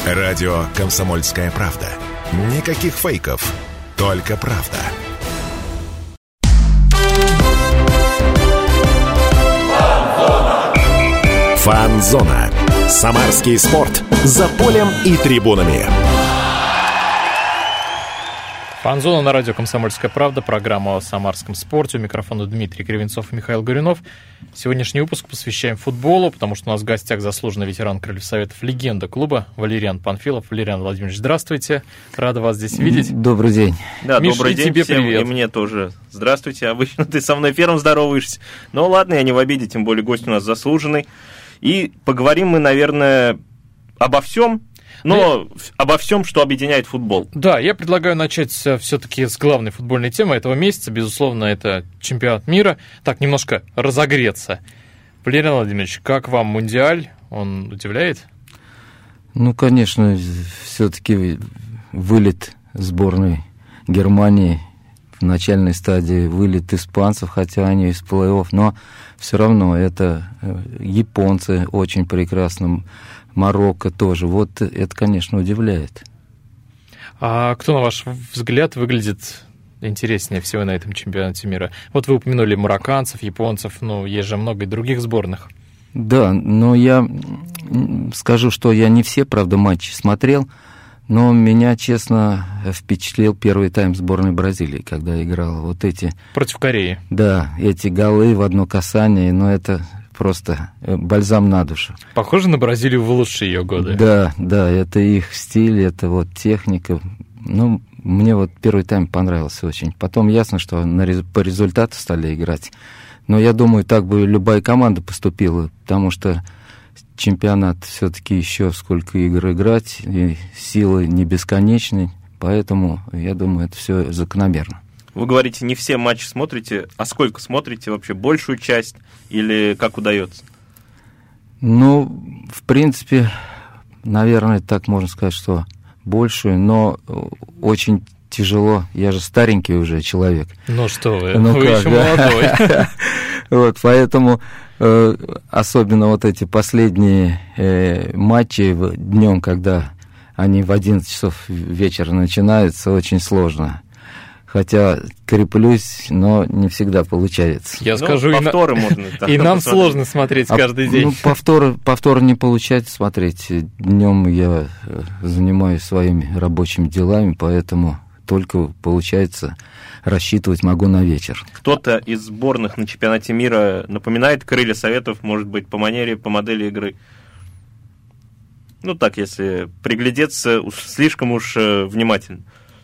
Радио «Комсомольская правда». Никаких фейков, только правда. Фан-зона. Самарский спорт. За полем и трибунами. Фан-зона на радио «Комсомольская правда», программа о самарском спорте. У микрофона Дмитрий Кривенцов и Михаил Горюнов. Сегодняшний выпуск посвящаем футболу, потому что у нас в гостях заслуженный ветеран Крыльев Советов, легенда клуба Валериан Панфилов. Валериан Владимирович, здравствуйте. Рада вас здесь видеть. Добрый день. Да, Миша, добрый день тебе всем, привет. И мне тоже. Здравствуйте. Обычно ты со мной первым здороваешься. Но ладно, я не в обиде, тем более гость у нас заслуженный. И поговорим мы, наверное, обо всем, но обо всем, что объединяет футбол. Да, я предлагаю начать все-таки с главной футбольной темы этого месяца. Безусловно, это чемпионат мира. Так, немножко разогреться. Валериан Владимирович, как вам Мундиаль? Он удивляет? Ну, конечно, все-таки вылет сборной Германии в начальной стадии, вылет испанцев, хотя они из плей-офф, но все равно это японцы очень прекрасно, Марокко тоже. Вот это, конечно, удивляет. А кто, на ваш взгляд, выглядит интереснее всего на этом чемпионате мира? Вот вы упомянули марокканцев, японцев, но есть же много и других сборных. Да, но я скажу, что я не все, правда, матчи смотрел, но меня, честно, впечатлил первый тайм сборной Бразилии, когда играла. Вот эти... Против Кореи. Да, эти голы в одно касание, но это просто бальзам на душу. Похоже на Бразилию в лучшие ее годы. Да, это их стиль, это вот техника. Ну, мне вот первый тайм понравился очень. Потом ясно, что по результату стали играть. Но я думаю, так бы любая команда поступила, потому что чемпионат все-таки еще сколько игр играть, и силы не бесконечны, поэтому я думаю, это все закономерно. Вы говорите, не все матчи смотрите, а сколько смотрите вообще? Большую часть или как удается? Ну, в принципе, наверное, так можно сказать, что большую, но очень тяжело. Я же старенький уже человек. Ну что вы, вы еще молодой. Вот, поэтому особенно вот эти последние матчи днем, когда они в 11 часов вечера начинаются, очень сложно. Хотя креплюсь, но не всегда получается. Я скажу, повторы можно. И нам сложно смотреть каждый день. Ну, повторы не получается смотреть. Днем я занимаюсь своими рабочими делами, поэтому только получается рассчитывать могу на вечер. Кто-то из сборных на чемпионате мира напоминает Крылья Советов, может быть, по манере, по модели игры? Ну так, если приглядеться слишком уж внимательно.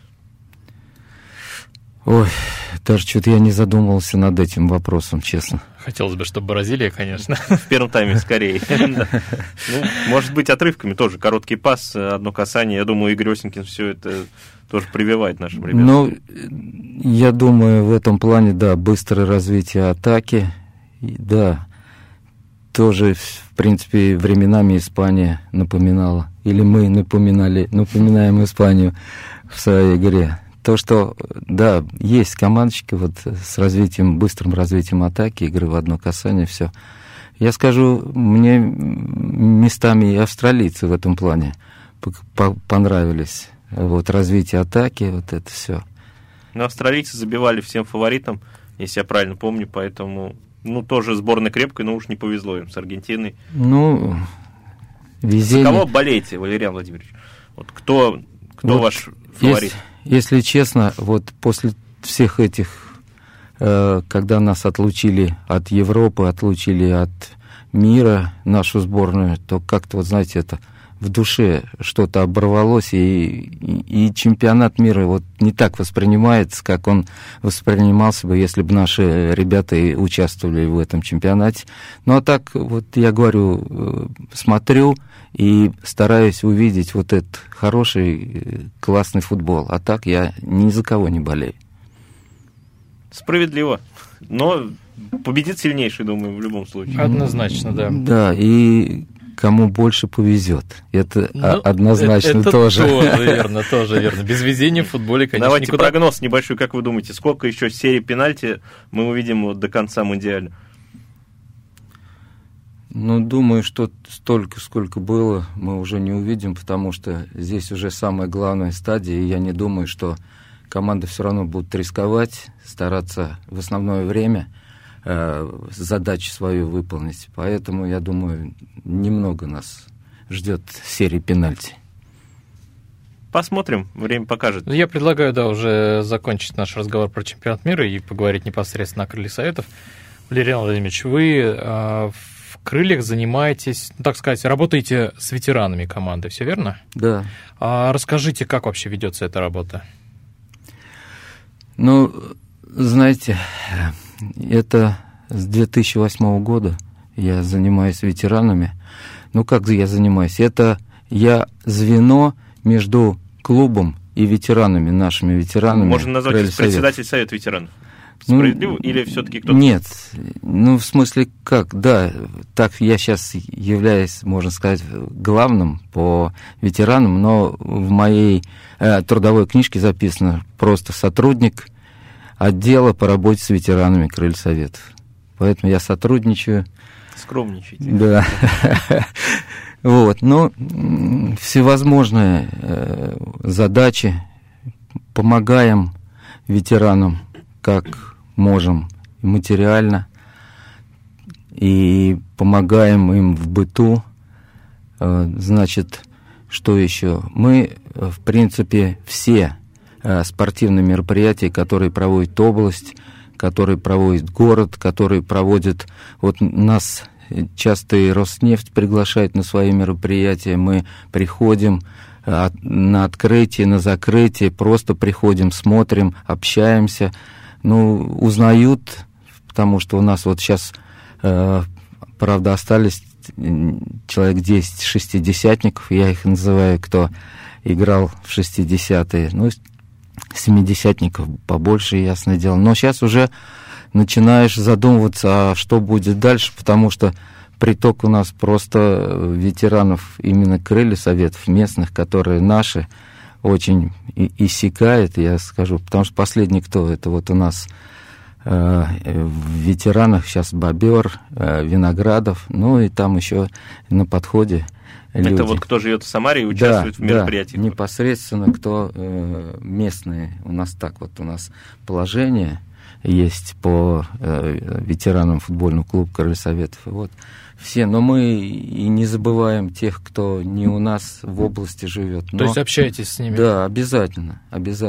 Ой, даже что-то я не задумывался над этим вопросом, честно. Хотелось бы, чтобы Бразилия, конечно. В первом тайме скорее. Может быть, отрывками тоже. Короткий пас, одно касание. Я думаю, Игорь Осенькин все это тоже прививает нашим ребятам. Ну, я думаю, в этом плане, да, быстрое развитие атаки. Да, тоже, в принципе, временами Испания напоминала. Или мы напоминаем Испанию в своей игре. То, что, да, есть командочки вот с быстрым развитием атаки, игры в одно касание, все. Я скажу, мне местами и австралийцы в этом плане понравились. Вот развитие атаки, вот это все. Но австралийцы забивали всем фаворитам, если я правильно помню, поэтому, тоже сборная крепкая, но уж не повезло им с Аргентиной. Ну, везение. За кого болеете, Валериан Владимирович? Вот кто ваш фаворит? Если честно, вот после всех этих, когда нас отлучили от Европы, отлучили от мира, нашу сборную, то как-то, вот знаете, это в душе что-то оборвалось, и чемпионат мира вот не так воспринимается, как он воспринимался бы, если бы наши ребята участвовали в этом чемпионате. Ну, а так, вот я говорю, смотрю и стараюсь увидеть вот этот хороший, классный футбол. А так я ни за кого не болею. Справедливо. Но победит сильнейший, думаю, в любом случае. Однозначно, да. Да, и кому больше повезет. Это однозначно это тоже. Тоже верно. Без везения в футболе, конечно, Давайте никуда. Прогноз небольшой, как вы думаете, сколько еще серий пенальти мы увидим до конца Мундиаля? Ну, думаю, что столько, сколько было, мы уже не увидим, потому что здесь уже самая главная стадия, и я не думаю, что команды все равно будут рисковать, стараться в основное время задачу свою выполнить. Поэтому, я думаю, немного нас ждет серии пенальти. Посмотрим, время покажет. Я предлагаю, уже закончить наш разговор про чемпионат мира и поговорить непосредственно о Крыльях Советов. Валерий Владимирович, вы в Крыльях занимаетесь, так сказать, работаете с ветеранами команды, все верно? Да. Расскажите, как вообще ведется эта работа? Ну, знаете, это с 2008 года я занимаюсь ветеранами. Ну, как я занимаюсь? Это я звено между клубом и ветеранами, нашими ветеранами. Можно назвать председатель Совета ветеранов. Справедливо? Или все-таки кто-то? Нет. Ну, в смысле, как? Да, так я сейчас являюсь, можно сказать, главным по ветеранам, но в моей трудовой книжке записано просто сотрудник отдела по работе с ветеранами Крыльев Советов. Поэтому я сотрудничаю. Скромничайте. Да. Вот, но всевозможные задачи, помогаем ветеранам, как можем, материально, и помогаем им в быту. Значит, что еще? Мы, в принципе, все спортивные мероприятия, которые проводит область, которые проводит город, которые проводит... Вот нас часто и Роснефть приглашает на свои мероприятия, мы приходим на открытие, на закрытие, просто приходим, смотрим, общаемся, узнают, потому что у нас вот сейчас, правда, остались человек 10 шестидесятников, я их называю, кто играл в 60-е, 70-ников побольше, ясное дело. Но сейчас уже начинаешь задумываться, а что будет дальше, потому что приток у нас просто ветеранов именно Крыльев Советов местных, которые наши, очень иссякает, я скажу, потому что последний кто, это вот у нас в ветеранах сейчас Бобер, Виноградов, и там еще на подходе люди. Это вот кто живет в Самаре и участвует в мероприятии? Да, непосредственно кто местные. У нас так вот, у нас положение есть по ветеранам футбольного клуба Крыльев Советов. Вот все, но мы и не забываем тех, кто не у нас в области живет. То есть общаетесь с ними? Да, обязательно.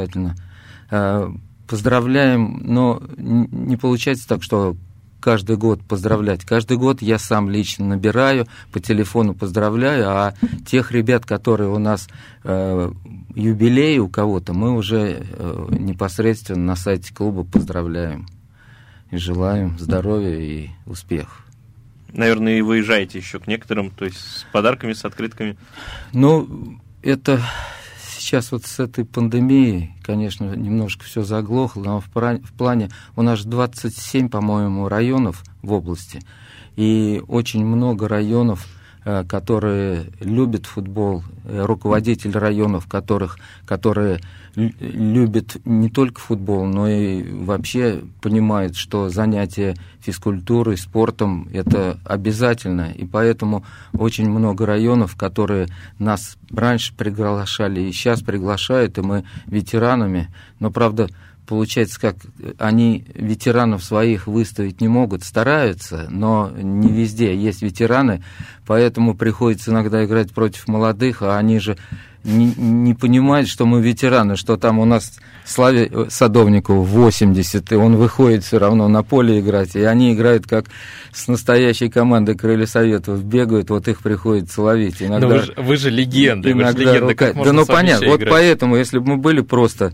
Поздравляем, но не получается так, что каждый год поздравлять. Каждый год я сам лично набираю, по телефону поздравляю, а тех ребят, которые у нас юбилей у кого-то, мы уже непосредственно на сайте клуба поздравляем и желаем здоровья и успехов. Наверное, и выезжаете еще к некоторым, то есть с подарками, с открытками? Это сейчас вот с этой пандемией, конечно, немножко все заглохло, но в плане у нас 27, по-моему, районов в области, и очень много районов, которые любят футбол, руководители районов, которые любят не только футбол, но и вообще понимают, что занятие физкультурой, спортом – это обязательно. И поэтому очень много районов, которые нас раньше приглашали и сейчас приглашают, и мы ветеранами, но, правда, получается, как они ветеранов своих выставить не могут, стараются, но не везде есть ветераны, поэтому приходится иногда играть против молодых, а они же не понимают, что мы ветераны, что там у нас Славе Садовникову 80, и он выходит все равно на поле играть, и они играют как с настоящей командой Крыльев Советов, бегают, вот их приходится ловить. Иногда, вы же легенды, как можно понятно, играть? Вот поэтому, если бы мы были просто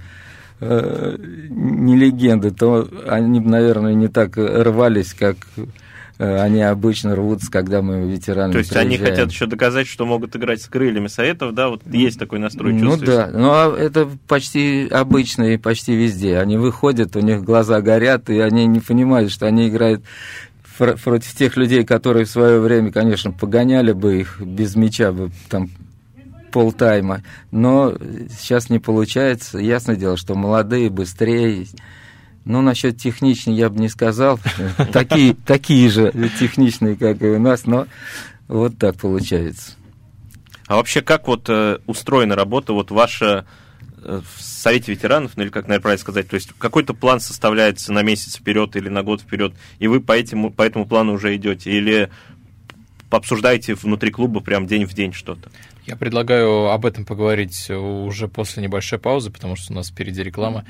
не легенды, то они бы, наверное, не так рвались, как они обычно рвутся, когда мы ветераны. То есть приезжаем. Они хотят еще доказать, что могут играть с Крыльями Советов, да? Вот есть такой настрой, чувствуется? Да, это почти обычно и почти везде. Они выходят, у них глаза горят, и они не понимают, что они играют против тех людей, которые в свое время, конечно, погоняли бы их без мяча, бы там полтайма, но сейчас не получается. Ясное дело, что молодые быстрее, Ну, насчет техничных я бы не сказал. Такие же техничные, как и у нас, но вот так получается. А вообще, как вот устроена работа вот ваша в Совете ветеранов, ну или как, наверное, правильно сказать, то есть какой-то план составляется на месяц вперед или на год вперед, и вы по этому плану уже идете, или обсуждаете внутри клуба прям день в день что-то? Я предлагаю об этом поговорить уже после небольшой паузы, потому что у нас впереди реклама.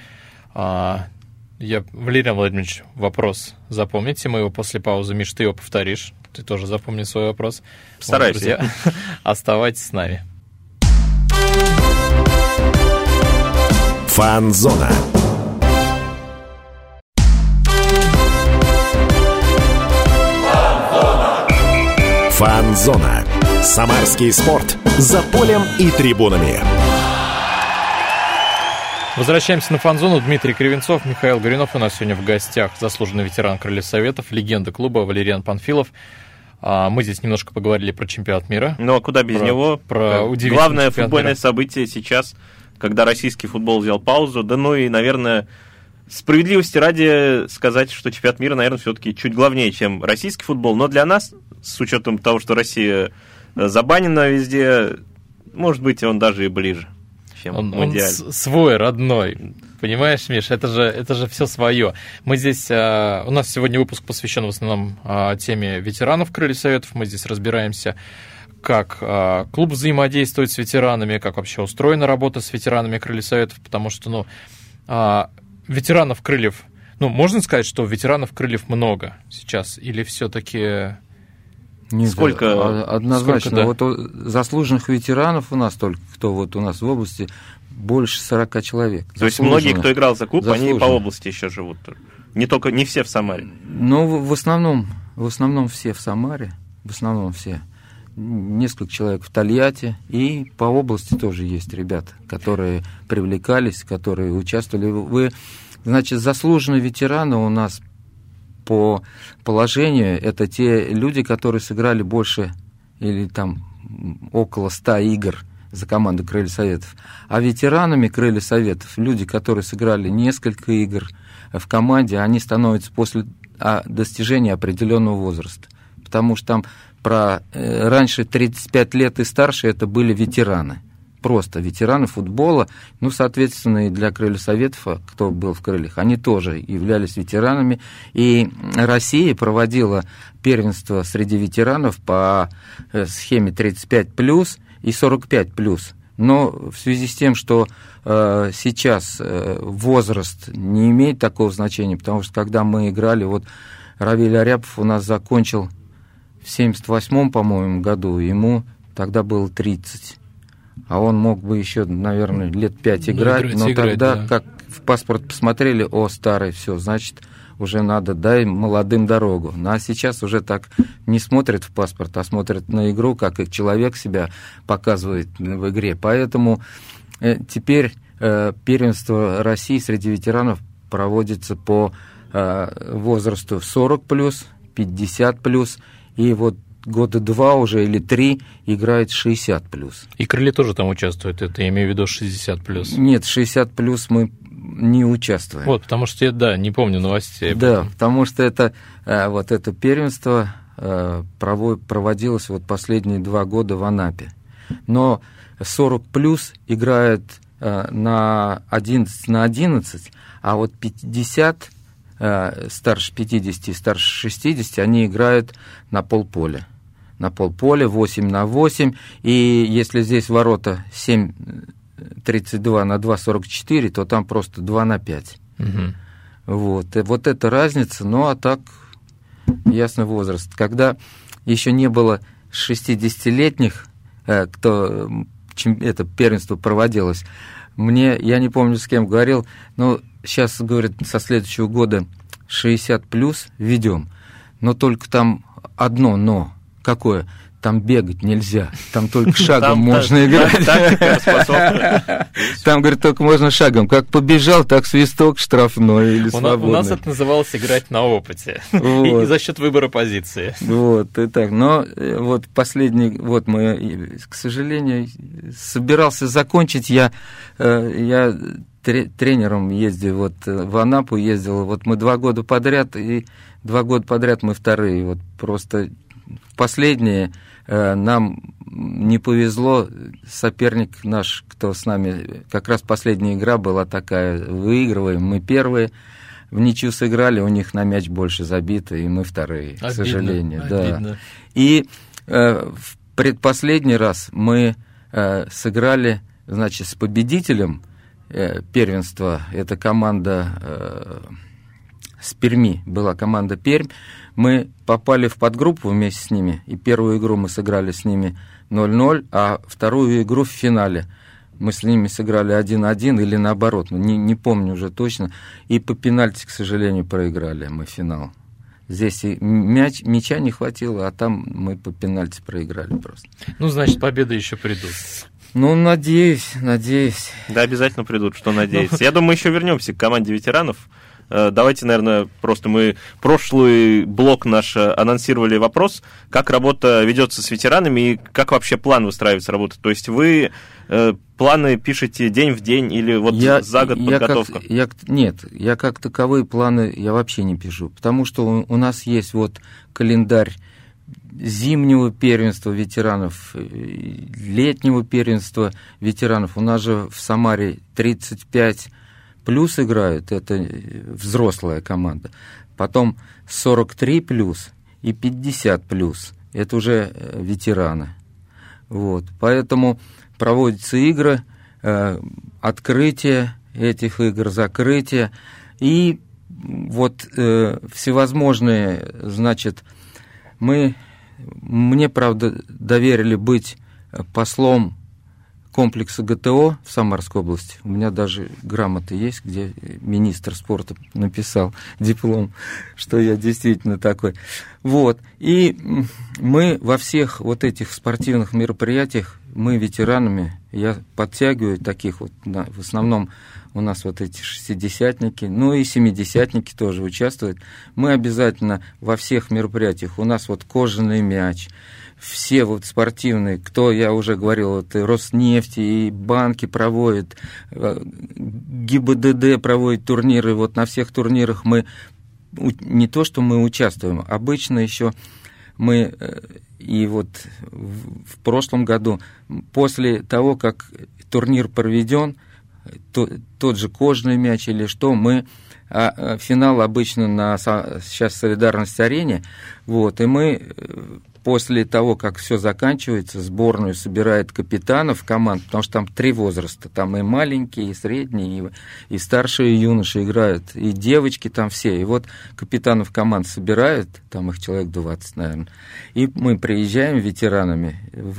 Валерий Владимирович, вопрос запомните, мы его после паузы, Миш, ты его повторишь, ты тоже запомни свой вопрос. Стараюсь. Друзья, оставайтесь с нами. Фан-зона. Фан-зона. Самарский спорт. За полем и трибунами. Возвращаемся на фан-зону. Дмитрий Кривенцов, Михаил Горюнов. У нас сегодня в гостях заслуженный ветеран Крыльев Советов, легенда клуба Валериан Панфилов. Мы здесь немножко поговорили про чемпионат мира. Ну, а куда без него? Главное футбольное событие сейчас, когда российский футбол взял паузу. Да ну и, наверное, справедливости ради сказать, что чемпионат мира, наверное, все-таки чуть главнее, чем российский футбол. Но для нас, с учетом того, что Россия забанена везде, может быть, он даже и ближе, чем мундиаль. Он свой, родной. Понимаешь, Миш, это же все свое. Мы здесь, у нас сегодня выпуск посвящен в основном теме ветеранов Крыльев Советов. Мы здесь разбираемся, как клуб взаимодействует с ветеранами, как вообще устроена работа с ветеранами Крыльев Советов, потому что, ветеранов Крыльев, можно сказать, что ветеранов Крыльев много сейчас, или все-таки... Нет, сколько? Однозначно. Сколько, да? Вот заслуженных ветеранов у нас только, кто вот у нас в области, больше 40 человек. То есть многие, кто играл за клуб, они по области еще живут. Не все в Самаре. Ну, в основном все в Самаре. В основном все. Несколько человек в Тольятти. И по области тоже есть ребята, которые привлекались, которые участвовали. Значит, заслуженные ветераны у нас по положению, это те люди, которые сыграли больше или там около 100 игр за команду Крыльев Советов. А ветеранами Крыльев Советов, люди, которые сыграли несколько игр в команде, они становятся после достижения определенного возраста. Потому что там раньше 35 лет и старше это были ветераны. Просто ветераны футбола, соответственно, и для Крыльев Советов, кто был в Крыльях, они тоже являлись ветеранами. И Россия проводила первенство среди ветеранов по схеме 35+, и 45+. Но в связи с тем, что сейчас возраст не имеет такого значения, потому что когда мы играли, Равиль Аряпов у нас закончил в 78-м, по-моему, году, ему тогда было 30. А он мог бы еще, наверное, лет 5 играть, но тогда, да, как в паспорт посмотрели, старый, все, значит, уже надо, дай молодым дорогу. А сейчас уже так не смотрят в паспорт, а смотрят на игру, как и человек себя показывает в игре. Поэтому теперь первенство России среди ветеранов проводится по возрасту 40+, 50+, и года 2 уже или 3 играет 60+. И Крылья тоже там участвуют, это я имею в виду 60+. Нет, 60+ мы не участвуем. Потому что я, не помню новостей. Да, потому что это первенство проводилось последние 2 года в Анапе. Но 40+ играют на 11 на 11, а 50, старше 50 и старше 60, они играют на полполя. На полполя, 8 на 8, и если здесь ворота 7,32 на 2,44, то там просто 2 на 5. Угу. Вот это разница, а так ясный возраст. Когда еще не было 60-летних, кто это первенство проводилось, я не помню, с кем говорил, но сейчас, говорят, со следующего года 60+ ведем, но только там одно «но». Какое? Там бегать нельзя, там только шагом можно играть. Там, говорит, только можно шагом. Как побежал, так свисток штрафной или свободный. У нас это называлось играть на опыте. И за счет выбора позиции. И так. Но последний год мы, к сожалению, собирался закончить. Я тренером ездил, вот в Анапу ездил, вот мы 2 года подряд, и 2 года подряд мы вторые. Вот просто в последние нам не повезло, соперник наш, кто с нами, как раз последняя игра была такая, выигрываем, мы первые, в ничью сыграли, у них на мяч больше забито, и мы вторые, к сожалению. Обидно. Да. И в предпоследний раз мы сыграли, значит, с победителем первенства, это команда с Перми, была команда Пермь, мы попали в подгруппу вместе с ними, и первую игру мы сыграли с ними 0-0, а вторую игру в финале мы с ними сыграли 1-1 или наоборот, не помню уже точно, и по пенальти, к сожалению, проиграли мы финал. Здесь и мяча не хватило, а там мы по пенальти проиграли просто. Ну, значит, победы еще придут. Ну, надеюсь. Да, обязательно придут, что надеяться. Я думаю, мы еще вернемся к команде ветеранов. Давайте, наверное, просто мы прошлый блок наш анонсировали вопрос, как работа ведется с ветеранами и как вообще план выстраивается работа. То есть вы планы пишете день в день или вот за год подготовка? Нет, я как таковые планы я вообще не пишу, потому что у нас есть вот календарь зимнего первенства ветеранов, летнего первенства ветеранов. У нас же в Самаре 35 плюс играют, это взрослая команда. Потом 43 плюс и 50 плюс, это уже ветераны. Вот. Поэтому проводятся игры, открытие этих игр, закрытие. И вот всевозможные, значит, мне, правда, доверили быть послом комплекса ГТО в Самарской области. У меня даже грамота есть, где министр спорта написал диплом, что я действительно такой. Вот. И мы во всех вот этих спортивных мероприятиях, мы ветеранами, я подтягиваю таких вот, в основном у нас вот эти шестидесятники, ну и семидесятники тоже участвуют. Мы обязательно во всех мероприятиях, у нас вот кожаный мяч, все вот спортивные, кто, я уже говорил, вот и Роснефть, и банки проводят, ГИБДД проводит турниры, вот на всех турнирах мы, не то что мы участвуем, обычно еще мы, и вот в прошлом году, после того, как турнир проведен, тот же кожаный мяч или что, мы финал обычно на сейчас Солидарность-арене, вот, и мы после того, как все заканчивается, сборную собирает капитанов команд, потому что там 3 возраста, там и маленькие, и средние, и старшие юноши играют, и девочки там все, и вот капитанов команд собирают, там их человек 20, наверное, и мы приезжаем ветеранами,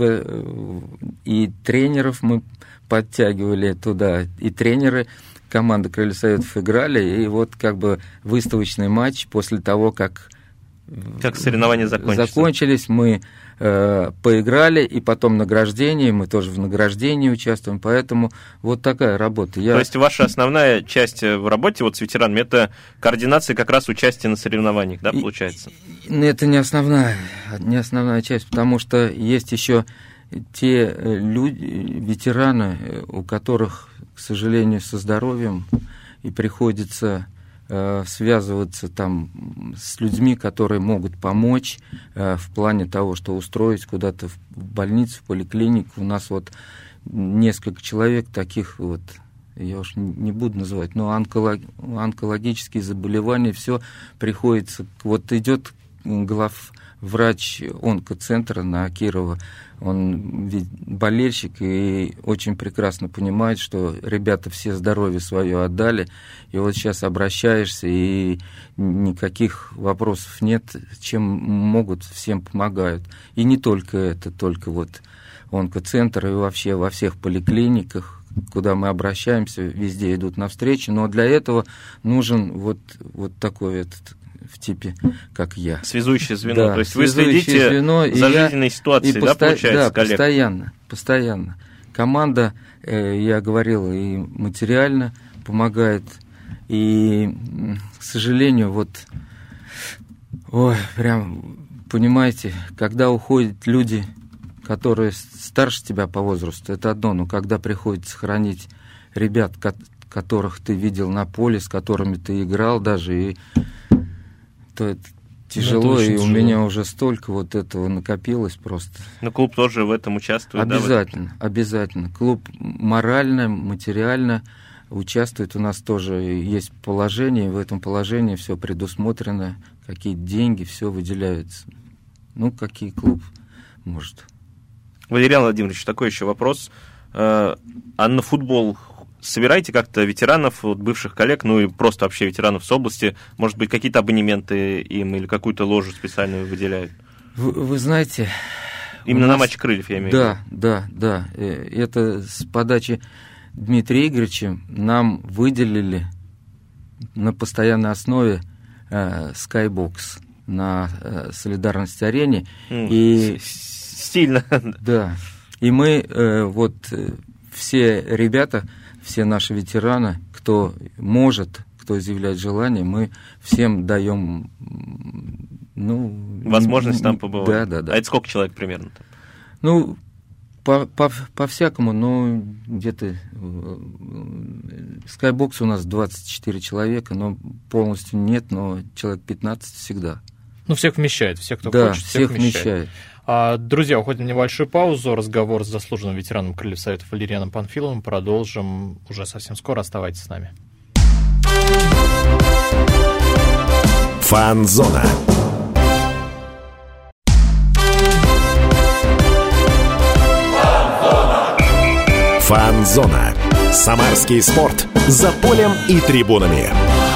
и тренеров мы подтягивали туда, и тренеры команды «Крылья Советов» играли, и вот как бы выставочный матч после того, как соревнования закончились, мы поиграли, и потом награждение, мы тоже в награждении участвуем, поэтому вот такая работа. То есть ваша основная часть в работе вот с ветеранами, это координация как раз участия на соревнованиях, да, получается? Это не основная часть, потому что есть еще те люди, ветераны, у которых, к сожалению, со здоровьем, и приходится связываться там с людьми, которые могут помочь в плане того, что устроить куда-то в больницу, в поликлинику. У нас вот несколько человек таких вот, я уж не буду называть, но онкологические заболевания, все приходится, вот идет главврач онкоцентра на Кирова, он ведь болельщик и очень прекрасно понимает, что ребята все здоровье свое отдали, и вот сейчас обращаешься, и никаких вопросов нет, чем могут, всем помогают. И не только это, только вот онкоцентр, и вообще во всех поликлиниках, куда мы обращаемся, везде идут навстречу, но для этого нужен вот такой этот в типе, как я. Связующее звено. Да, то есть вы следите за жизненной ситуацией, да, получается, коллег? Постоянно. Команда, я говорил, и материально помогает, и, к сожалению, вот, прям, понимаете, когда уходят люди, которые старше тебя по возрасту, это одно, но когда приходится хранить ребят, которых ты видел на поле, с которыми ты играл даже, и то это тяжело, и у меня уже столько вот этого накопилось просто. Но клуб тоже в этом участвует, обязательно, да? Обязательно. Клуб морально, материально участвует. У нас тоже есть положение, в этом положении все предусмотрено, какие деньги, все выделяются. Ну, какие клуб может. Валериан Владимирович, такой еще вопрос. А на футбол собираете как-то ветеранов, вот, бывших коллег, ну и просто вообще ветеранов с области? Может быть, какие-то абонементы им или какую-то ложу специальную выделяют? Вы знаете... Именно на матч крыльев, я имею в виду. Да. Это с подачи Дмитрия Игоревича нам выделили на постоянной основе Skybox на Солидарности-арене. И... Стильно. Да. И мы все ребята, все наши ветераны, кто может, кто изъявляет желание, мы всем даем возможность там побывать. Да. А это сколько человек примерно там? Ну, по-всякому, но где-то Skybox у нас 24 человека, но полностью нет, но человек 15 всегда. Ну, всех вмещает, всех, кто да, хочет, всех вмещает. Друзья, уходим в небольшую паузу. Разговор с заслуженным ветераном Крыльев Советов Валерианом Панфиловым продолжим уже совсем скоро. Оставайтесь с нами. Фан-зона. Фан-зона. Самарский спорт. За полем и трибунами.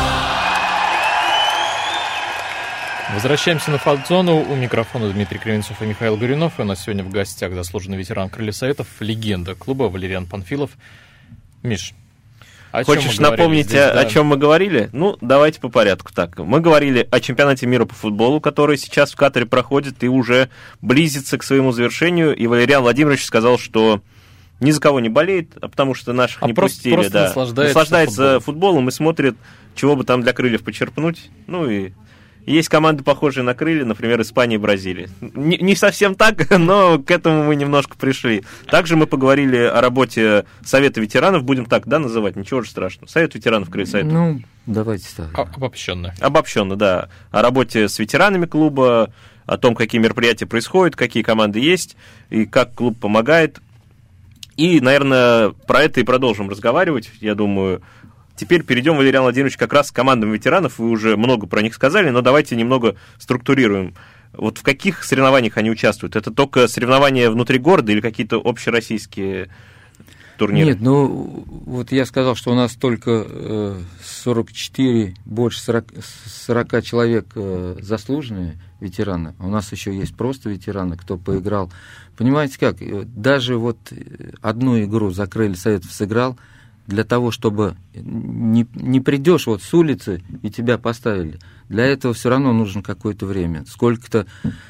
Возвращаемся на фан-зону. У микрофона Дмитрий Кривенцов и Михаил Горюнов. И у нас сегодня в гостях заслуженный ветеран Крыльев Советов, легенда клуба Валериан Панфилов. Миш, хочешь напомнить, здесь, о чем мы говорили? Ну, давайте по порядку так. Мы говорили о чемпионате мира по футболу, который сейчас в Катаре проходит и уже близится к своему завершению. И Валериан Владимирович сказал, что ни за кого не болеет, а потому что наших не пустили. Просто наслаждается футболом и смотрит, чего бы там для крыльев почерпнуть. Ну и есть команды, похожие на крылья, например, Испания и Бразилия. Не совсем так, но к этому мы немножко пришли. Также мы поговорили о работе Совета ветеранов, будем так, называть, ничего же страшного. Совет ветеранов Крыльев Советов. Ну, давайте так. Обобщенно, да. О работе с ветеранами клуба, о том, какие мероприятия происходят, какие команды есть, и как клуб помогает. И, наверное, про это и продолжим разговаривать, я думаю. Теперь перейдем, Валериан Владимирович, как раз к командам ветеранов. Вы уже много про них сказали, но давайте немного структурируем. Вот в каких соревнованиях они участвуют? Это только соревнования внутри города или какие-то общероссийские турниры? Нет, вот я сказал, что у нас только 44, больше 40 человек заслуженные ветераны. У нас еще есть просто ветераны, кто поиграл. Понимаете как? Даже вот одну игру за Крылья Советов сыграл, для того, чтобы не придешь вот с улицы и тебя поставили. Для этого все равно нужно какое-то время. Сколько-то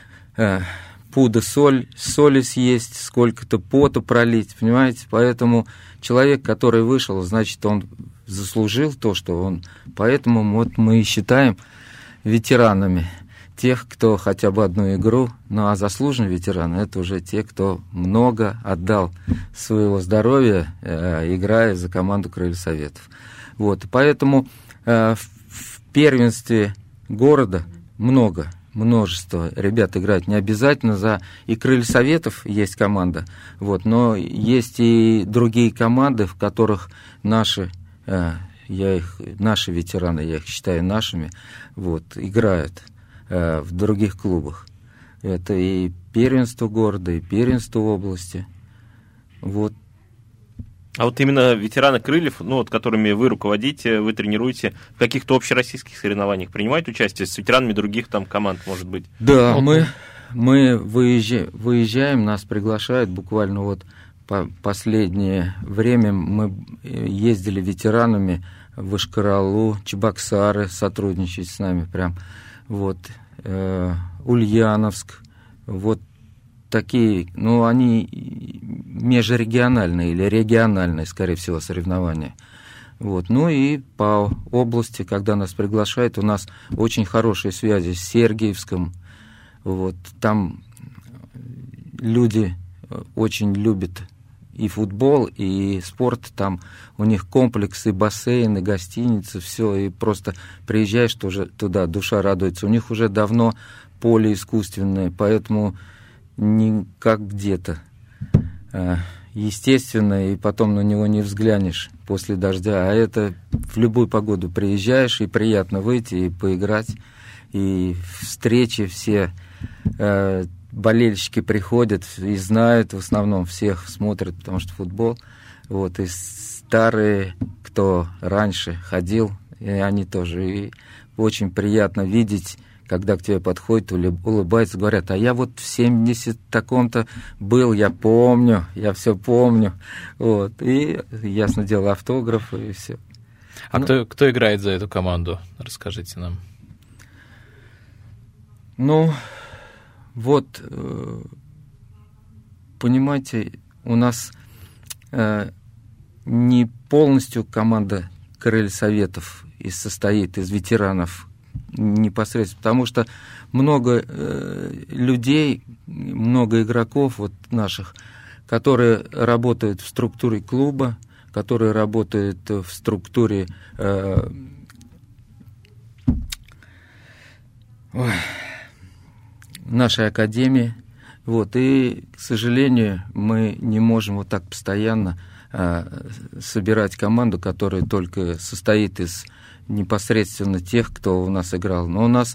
пуда соли съесть, сколько-то пота пролить, понимаете? Поэтому человек, который вышел, значит, он заслужил то, что он... Поэтому вот мы и считаем ветеранами тех, кто хотя бы одну игру, ну а заслуженные ветераны — это уже те, кто много отдал своего здоровья, играя за команду Крыльев Советов. Вот, поэтому в первенстве города множество ребят играют. Не обязательно за и Крылья Советов есть команда, вот, но есть и другие команды, в которых наши ветераны, я их считаю нашими, вот, играют в других клубах. Это и первенство города, и первенство области. Вот. А вот именно ветераны крыльев, ну вот которыми вы руководите, вы тренируете, в каких-то общероссийских соревнованиях принимают участие с ветеранами других там команд, может быть? Да, мы выезжаем, нас приглашают. Буквально вот последнее время мы ездили ветеранами в Ишкар-Олу, Чебоксары сотрудничать с нами прям. Вот, Ульяновск, вот такие, ну, они межрегиональные или региональные, скорее всего, соревнования. Вот, ну и по области, когда нас приглашают, у нас очень хорошие связи с Сергиевском, вот, там люди очень любят и футбол, и спорт, там у них комплексы, бассейны, гостиницы, все, и просто приезжаешь тоже туда, душа радуется. У них уже давно поле искусственное, поэтому не как где-то. Естественно, и потом на него не взглянешь после дождя, а это в любую погоду приезжаешь, и приятно выйти и поиграть, и встречи все, болельщики приходят и знают, в основном всех смотрят, потому что футбол, вот, и старые, кто раньше ходил, и они тоже, и очень приятно видеть, когда к тебе подходят, улыбаются, говорят, а я вот в 70 таком-то был, я помню, я все помню. Вот. И, ясно дело, автографы и все. А кто играет за эту команду? Расскажите нам. Ну, вот, понимаете, у нас не полностью команда «Крылья Советов» состоит из ветеранов непосредственно, потому что много людей, много игроков вот наших, которые работают в структуре клуба, которые работают в структуре нашей академии. Вот, и, к сожалению, мы не можем вот так постоянно собирать команду, которая только состоит из непосредственно тех, кто у нас играл. Но у нас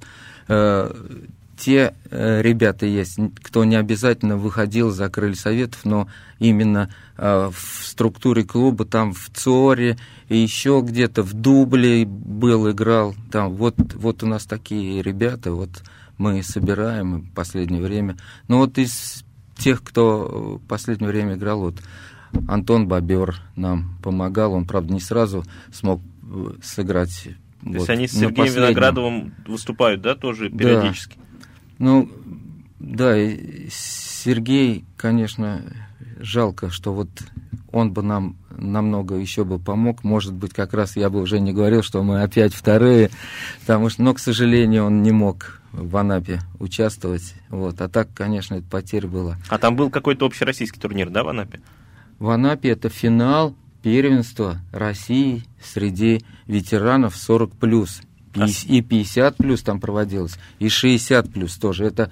те ребята есть, кто не обязательно выходил за «Крылья Советов», но именно в структуре клуба, там в ЦОРе и еще где-то в Дубле был, играл. Там, вот у нас такие ребята, вот мы собираем в последнее время. Но вот из тех, кто в последнее время играл, вот Антон Бобер нам помогал, он, правда, не сразу смог сыграть. То есть они с Сергеем Виноградовым выступают, да, тоже периодически? Да. Ну, да, и Сергей, конечно, жалко, что вот он бы нам намного еще бы помог. Может быть, как раз я бы уже не говорил, что мы опять вторые, потому что, но, к сожалению, он не мог в Анапе участвовать. Вот. А так, конечно, это потеря была. А там был какой-то общероссийский турнир, да, в Анапе? В Анапе это финал первенства России среди ветеранов 40+. И 50+ там проводилось, и 60+ тоже. Это,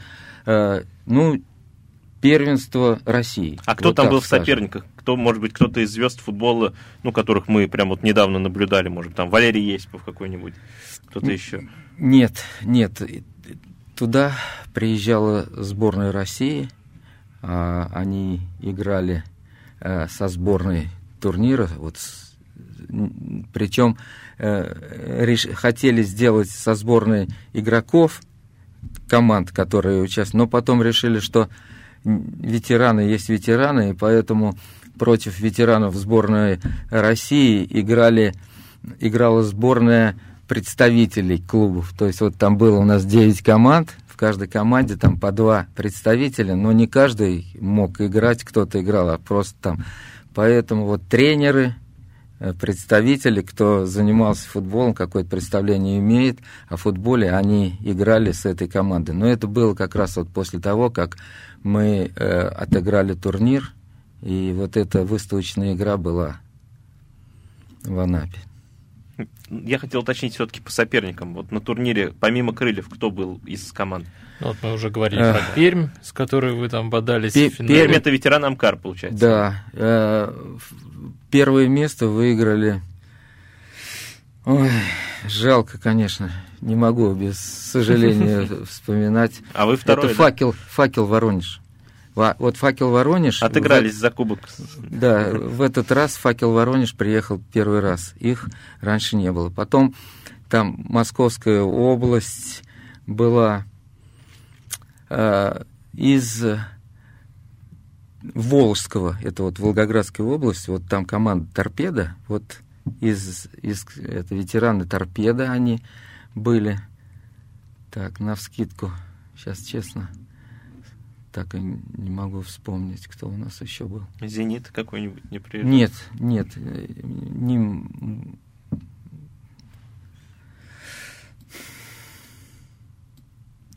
первенство России. А кто вот там был в соперниках? Кто, может быть, кто-то из звезд футбола, которых мы прям вот недавно наблюдали, может быть, там Валерий Есипов какой-нибудь, кто-то еще? Нет. Туда приезжала сборная России, они играли со сборной турнира, вот, причем хотели сделать со сборной игроков команд, которые участвуют, но потом решили, что ветераны есть ветераны, и поэтому против ветеранов сборной России играла сборная представителей клубов. То есть вот там было у нас 9 команд, в каждой команде там по 2 представителя, но не каждый мог играть, кто-то играл, а просто там. Поэтому вот тренеры, представители, кто занимался футболом, какое-то представление имеет о футболе, они играли с этой командой. Но это было как раз вот после того, как мы отыграли турнир, и вот эта выставочная игра была в Анапе. Я хотел уточнить все-таки по соперникам. Вот на турнире, помимо «Крыльев», кто был из команд? Вот мы уже говорили про Пермь, с которой вы там бодались в финале. Пермь — это ветеран Амкар, получается. Да. Первое место выиграли... Ой, жалко, конечно. Не могу без сожаления вспоминать. А вы второй, это «Факел Воронеж». Вот «Факел Воронеж». Отыгрались за кубок. Да, в этот раз «Факел Воронеж» приехал первый раз. Их раньше не было. Потом там Московская область была, из Волжского, это вот Волгоградская область, вот там команда «Торпеда», вот это ветераны «Торпеда» они были. Так, навскидку, сейчас честно... Так и не могу вспомнить, кто у нас еще был. «Зенит» какой-нибудь не приезжал? Нет.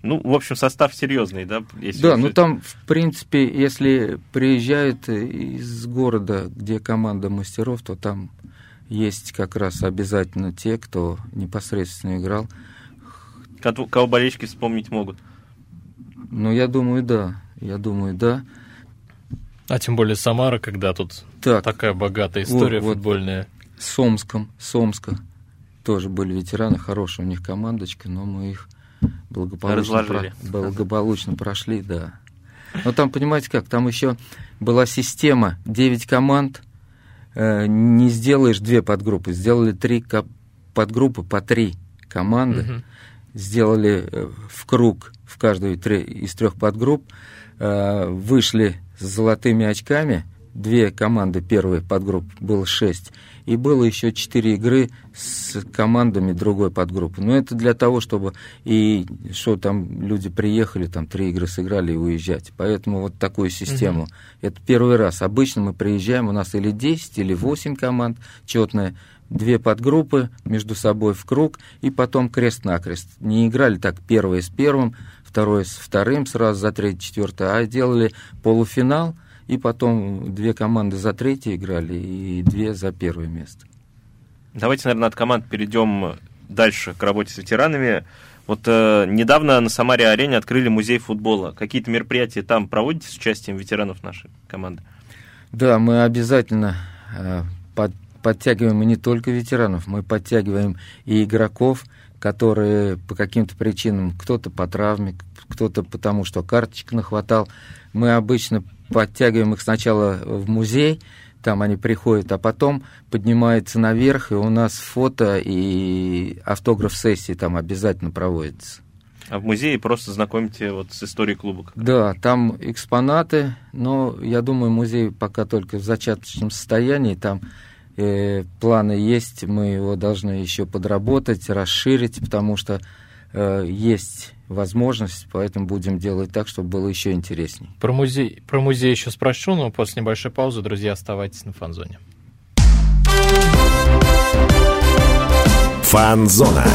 Ну, в общем, состав серьезный, да? Да, ну там, в принципе, если приезжают из города, где команда мастеров, то там есть как раз обязательно те, кто непосредственно играл. Кого болельщики вспомнить могут? Ну, я думаю, да. А тем более Самара, когда тут такая богатая история футбольная. Сомска тоже были ветераны, хорошая у них командочка, но мы их благополучно прошли, да. Но там, понимаете как, там еще была система, 9 команд, не сделаешь 2 подгруппы, сделали 3 подгруппы по 3 команды, сделали в круг в каждую из 3 подгрупп, вышли с золотыми очками, 2 команды первой подгруппы, было 6, и было еще 4 игры с командами другой подгруппы. Но это для того, чтобы что там люди приехали, там 3 игры сыграли и уезжать. Поэтому вот такую систему. Это первый раз. Обычно мы приезжаем, у нас или 10, или 8 команд четные, 2 подгруппы между собой в круг, и потом крест-накрест. Не играли так первое с первым, второе с вторым, сразу за 3-4, а делали полуфинал, и потом 2 команды за 3 играли и 2 за 1 место. Давайте, наверное, от команд перейдем дальше к работе с ветеранами. Вот недавно на Самаре-арене открыли музей футбола. Какие-то мероприятия там проводите с участием ветеранов нашей команды? Да, мы обязательно подтягиваем и не только ветеранов, мы подтягиваем и игроков, которые по каким-то причинам, кто-то по травме, кто-то потому, что карточек нахватал. Мы обычно подтягиваем их сначала в музей, там они приходят, а потом поднимаются наверх, и у нас фото и автограф-сессии там обязательно проводятся. А в музее просто знакомите вот с историей клуба? Да, там экспонаты, но я думаю, музей пока только в зачаточном состоянии, там планы есть, мы его должны еще подработать, расширить, потому что есть возможность, поэтому будем делать так, чтобы было еще интереснее. Про музей еще спрошу, но после небольшой паузы, друзья, оставайтесь на Фан-зоне. Фан-зона.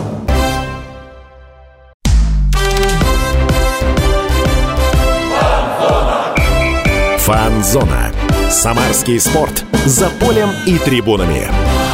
Фан-зона. Самарский спорт. За полем и трибунами.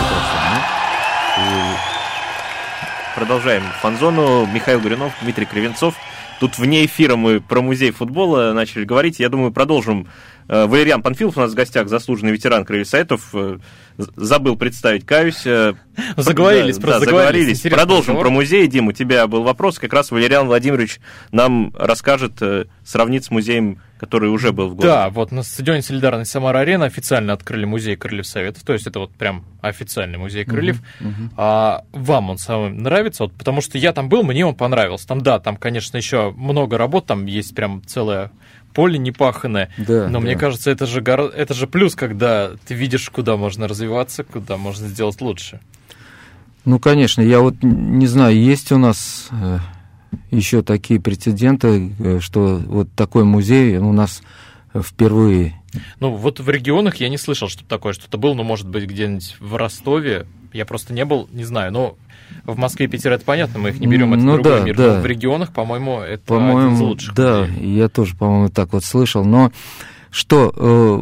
Продолжаем фан-зону. Михаил Горюнов, Дмитрий Кривенцов. Тут вне эфира мы про музей футбола начали говорить. Я думаю, продолжим. Валериан Панфилов у нас в гостях, заслуженный ветеран Крыльев Советов. Забыл представить, каюсь. Заговорились. Продолжим про музей. Дим, у тебя был вопрос. Как раз Валериан Владимирович нам расскажет, сравнит с музеем, который уже был в городе. Да, вот на стадионе Солидарность Самара-Арена официально открыли музей Крыльев Советов. То есть это вот прям официальный музей Крыльев. А вам он самым нравится? Вот, потому что я там был, мне он понравился. Там, конечно, еще много работ. Там есть прям целое поле непаханное. Да, но мне кажется, это же плюс, когда ты видишь, куда можно развиваться, куда можно сделать лучше. Ну, конечно, я вот не знаю, есть у нас еще такие прецеденты, что вот такой музей у нас впервые. Ну, вот в регионах я не слышал, чтобы такое что-то было, но, может быть, где-нибудь в Ростове. Я просто не был, не знаю, но в Москве и Питере это понятно, мы их не берем, это другой мир. Да. Но в регионах, по-моему, это один из лучших. Да, я тоже, по-моему, так вот слышал. Но что,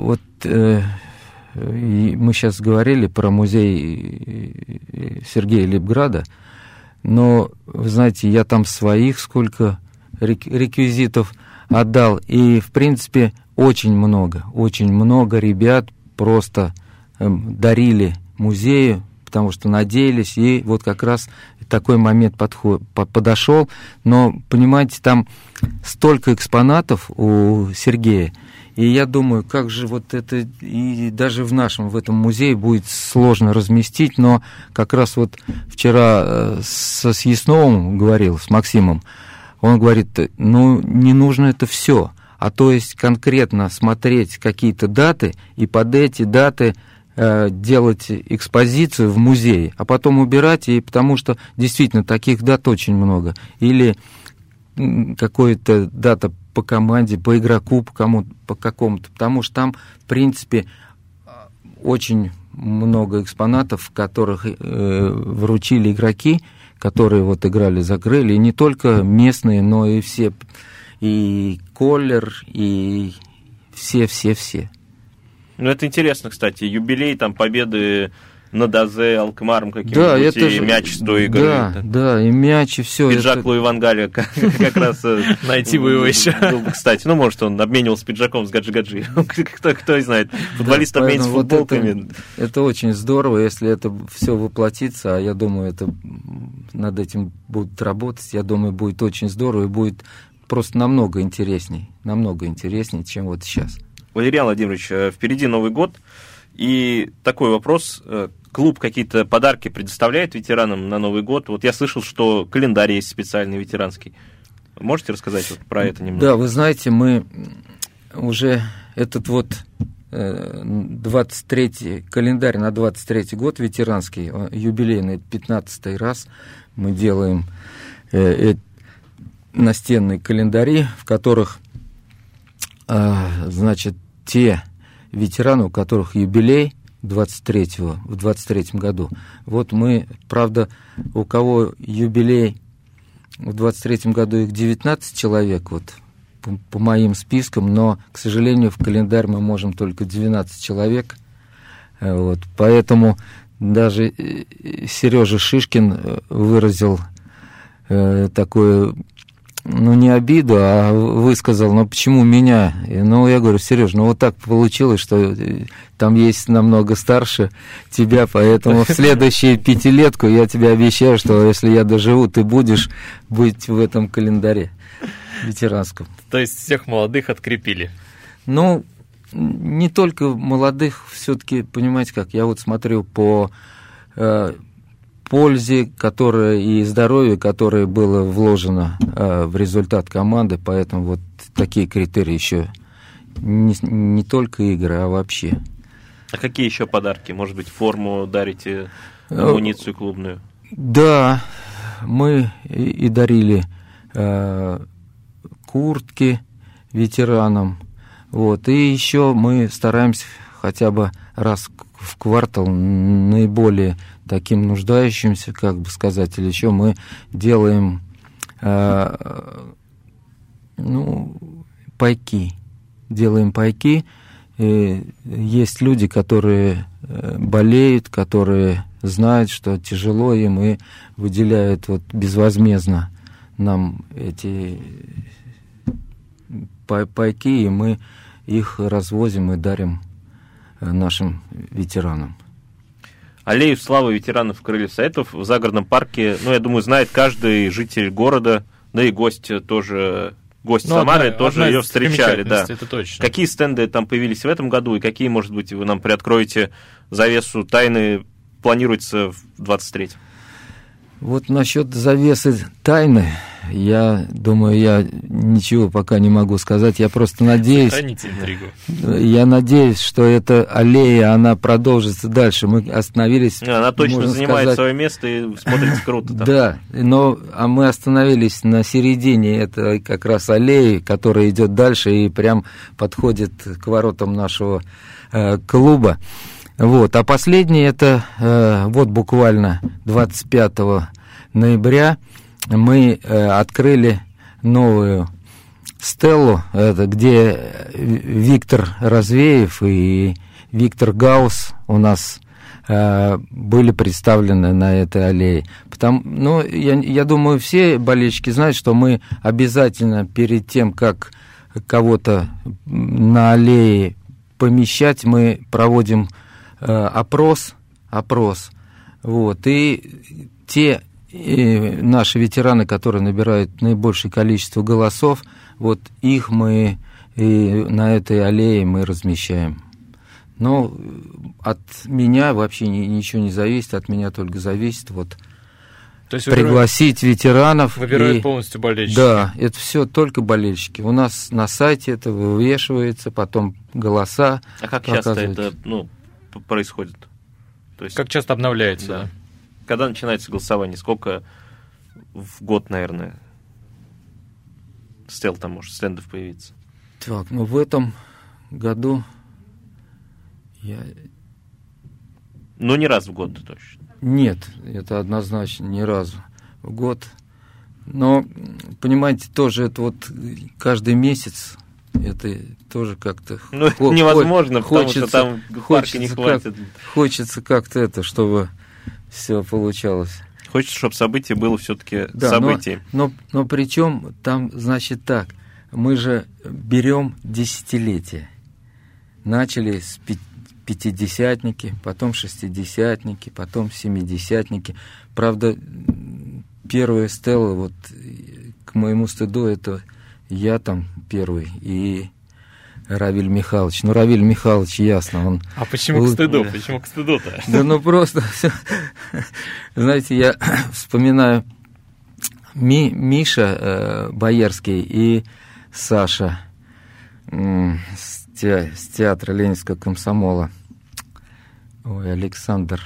мы сейчас говорили про музей Сергея Липграда, но, вы знаете, я там своих сколько реквизитов отдал, и, в принципе, очень много ребят просто дарили музею, потому что надеялись, и вот как раз такой момент подошел. Но, понимаете, там столько экспонатов у Сергея, и я думаю, как же вот это, и даже в этом музее будет сложно разместить, но как раз вот вчера со Съясновым говорил, с Максимом, он говорит, ну, не нужно это все, а то есть конкретно смотреть какие-то даты, и под эти даты делать экспозицию в музее, а потом убирать, и потому что действительно таких дат очень много. Или какая-то дата по команде, по игроку, по какому-то, потому что там, в принципе, очень много экспонатов, которых вручили игроки, которые вот играли за Крылья, и не только местные, но и все, и Коллер, и все. Ну, это интересно, кстати, юбилей, там, победы над АЗ, Алкмаром каким-нибудь, да, и мяч с той игры. Да, и мяч, и все. Пиджак это... Луи ван Галя как раз... Найти бы его еще. Кстати, может, он обменивался пиджаком с Гаджи-Гаджи. Кто знает. Футболист обменится футболками. Это очень здорово, если это все воплотится, а я думаю, это над этим будут работать, я думаю, будет очень здорово и будет просто намного интересней, чем вот сейчас. Валерий Владимирович, впереди Новый год, и такой вопрос. Клуб какие-то подарки предоставляет ветеранам на Новый год? Вот я слышал, что календарь есть специальный ветеранский. Можете рассказать вот про это немного? Да, вы знаете, мы уже этот вот 23-й календарь на 23-й год ветеранский, юбилейный, 15-й раз мы делаем настенные календари, в которых, значит, те ветераны, у которых юбилей в 23-м году. Вот мы, правда, у кого юбилей в 23-м году их 19 человек, вот по моим спискам, но, к сожалению, в календарь мы можем только 12 человек. Вот, поэтому даже Сережа Шишкин выразил такое, не обиду, а высказал, почему меня? Я говорю, Сереж, вот так получилось, что там есть намного старше тебя, поэтому в следующую пятилетку я тебе обещаю, что если я доживу, ты будешь быть в этом календаре ветеранском. То есть всех молодых открепили? Не только молодых, все-таки, понимаете как, я вот смотрю по пользе, которая и здоровью, которое было вложено в результат команды, поэтому вот такие критерии еще не только игры, а вообще. А какие еще подарки? Может быть, форму дарите, амуницию клубную? Да, мы и дарили куртки ветеранам, вот, и еще мы стараемся хотя бы раз в квартал наиболее таким нуждающимся, как бы сказать, или еще мы делаем пайки. Делаем пайки. И есть люди, которые болеют, которые знают, что тяжело им, и выделяют вот безвозмездно нам эти пайки, и мы их развозим и дарим нашим ветеранам. Аллею славы ветеранов Крыльев Советов в загородном парке, я думаю, знает каждый житель города, да и гость тоже, Самары тоже ее встречали. Да. Это точно. Какие стенды там появились в этом году, и какие, может быть, вы нам приоткроете завесу тайны, планируется в 23-м? Вот насчет завесы тайны, я думаю, я ничего пока не могу сказать. Я просто надеюсь... Сохраните интригу. Я надеюсь, что эта аллея, она продолжится дальше. Мы остановились... Она точно занимает свое место и смотрится круто там. Да, а мы остановились на середине этой как раз аллеи, которая идет дальше и прям подходит к воротам нашего клуба. Вот. А последнее, это вот буквально 25 ноября мы открыли новую стеллу, где Виктор Развеев и Виктор Гаус у нас были представлены на этой аллее. Я думаю, все болельщики знают, что мы обязательно перед тем, как кого-то на аллее помещать, мы проводим опрос, вот, и те наши ветераны, которые набирают наибольшее количество голосов, вот их мы и на этой аллее мы размещаем. Но от меня вообще ничего не зависит, от меня только зависит вот то есть пригласить ветеранов. Выбирают полностью болельщики. Да, это все только болельщики. У нас на сайте это вывешивается, потом голоса. А как часто это происходит? То есть, как часто обновляется? Да. Когда начинается голосование? Сколько в год, наверное, стендов появится? Так, в этом году не раз в год точно. Нет, это однозначно не разу. в год. Но, понимаете, тоже это вот каждый месяц, это тоже как-то... Ну, это невозможно, потому что там парка не хватит. Хочется как-то это, чтобы все получалось. Хочется, чтобы событие было все-таки событием. Но причем там, значит, так, мы же берем десятилетия. Начали с пятидесятники, потом шестидесятники, потом семидесятники. Правда, первая стела, вот к моему стыду, это я там первый и Равиль Михайлович. Ну, Равиль Михайлович, ясно, он... А почему к стыду? Почему к стыду-то? Да ну просто... Знаете, я вспоминаю Миша Боярский и Саша с театра Ленинского комсомола. Ой, Александр.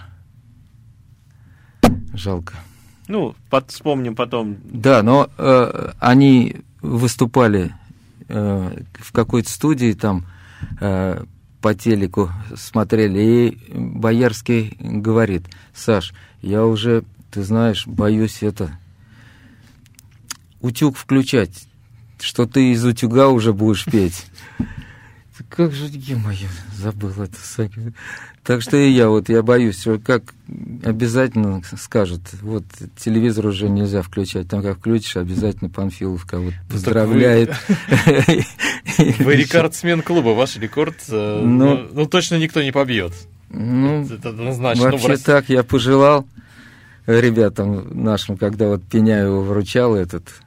Жалко. Ну, вспомним потом. Да, но они выступали в какой-то студии там по телеку смотрели, и Боярский говорит: Саш, я уже, ты знаешь, боюсь утюг включать, что ты из утюга уже будешь петь. Как же, е-мое, забыл это. Так что и я боюсь, как обязательно скажут, вот телевизор уже нельзя включать, там как включишь, обязательно Панфилов кого-то поздравляет. Вы рекордсмен клуба, ваш рекорд, ну точно никто не побьет. Ну, это однозначно. Вообще так я пожелал ребятам нашим, когда вот Пеняеву вручал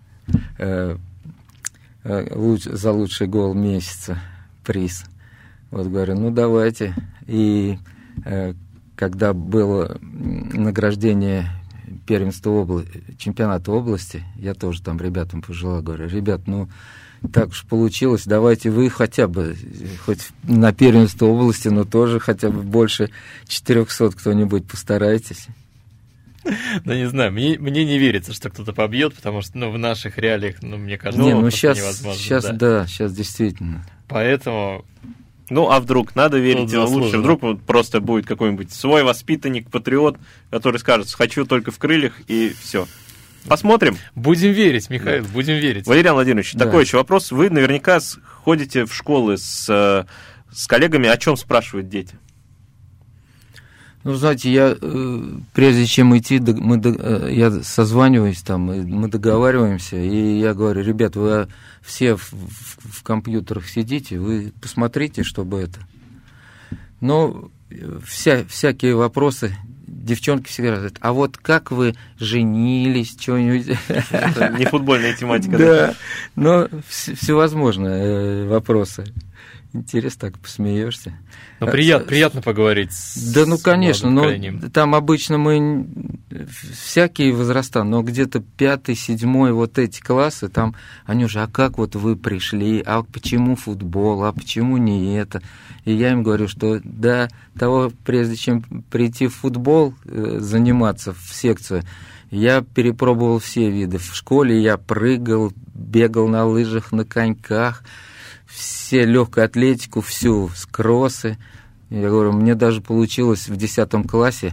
за лучший гол месяца приз. Вот говорю, ну давайте. И когда было награждение первенства чемпионата области, я тоже там ребятам пожелал, говорю, ребят, ну так уж получилось, давайте вы хотя бы, хоть на первенство области, но тоже хотя бы больше 400 кто-нибудь постарайтесь. Да не знаю, мне не верится, что кто-то побьет, потому что в наших реалиях, мне кажется, невозможно. Сейчас действительно. Поэтому... Ну, а вдруг? Надо верить лучше. Вдруг просто будет какой-нибудь свой воспитанник, патриот, который скажет, хочу только в крыльях, и все. Посмотрим. Будем верить, Михаил, будем верить. Валерий Владимирович, такой еще вопрос. Вы наверняка ходите в школы с коллегами, о чем спрашивают дети? Ну, знаете, я, прежде чем идти, я созваниваюсь там, мы договариваемся, и я говорю, ребят, вы все в компьютерах сидите, вы посмотрите, чтобы это... Но всякие вопросы, девчонки всегда говорят, а вот как вы женились, что-нибудь... Это не футбольная тематика. Да, но всевозможные вопросы. Интересно, так посмеешься. Ну, приятно поговорить да, ну, конечно, но там обычно мы всякие возраста, но где-то 5-й, 7-й, вот эти классы, там они уже, а как вот вы пришли, а почему футбол, а почему не это? И я им говорю, что до того, прежде чем прийти в футбол, заниматься в секцию, я перепробовал все виды. В школе я прыгал, бегал на лыжах, на коньках, все легкую атлетику, всю, скроссы. Я говорю, мне даже получилось в 10 классе,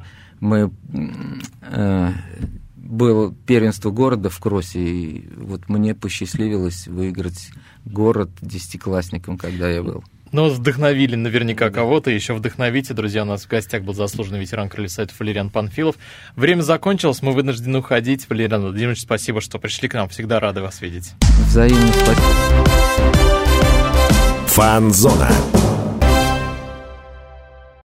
было первенство города в кроссе, и вот мне посчастливилось выиграть город 10-классником, когда я был. Но вдохновили наверняка кого-то, еще вдохновите, друзья. У нас в гостях был заслуженный ветеран Крыльев Советов Валериан Панфилов. Время закончилось, мы вынуждены уходить. Валериан Владимирович, спасибо, что пришли к нам, всегда рады вас видеть. Взаимно спасибо. Фан-зона.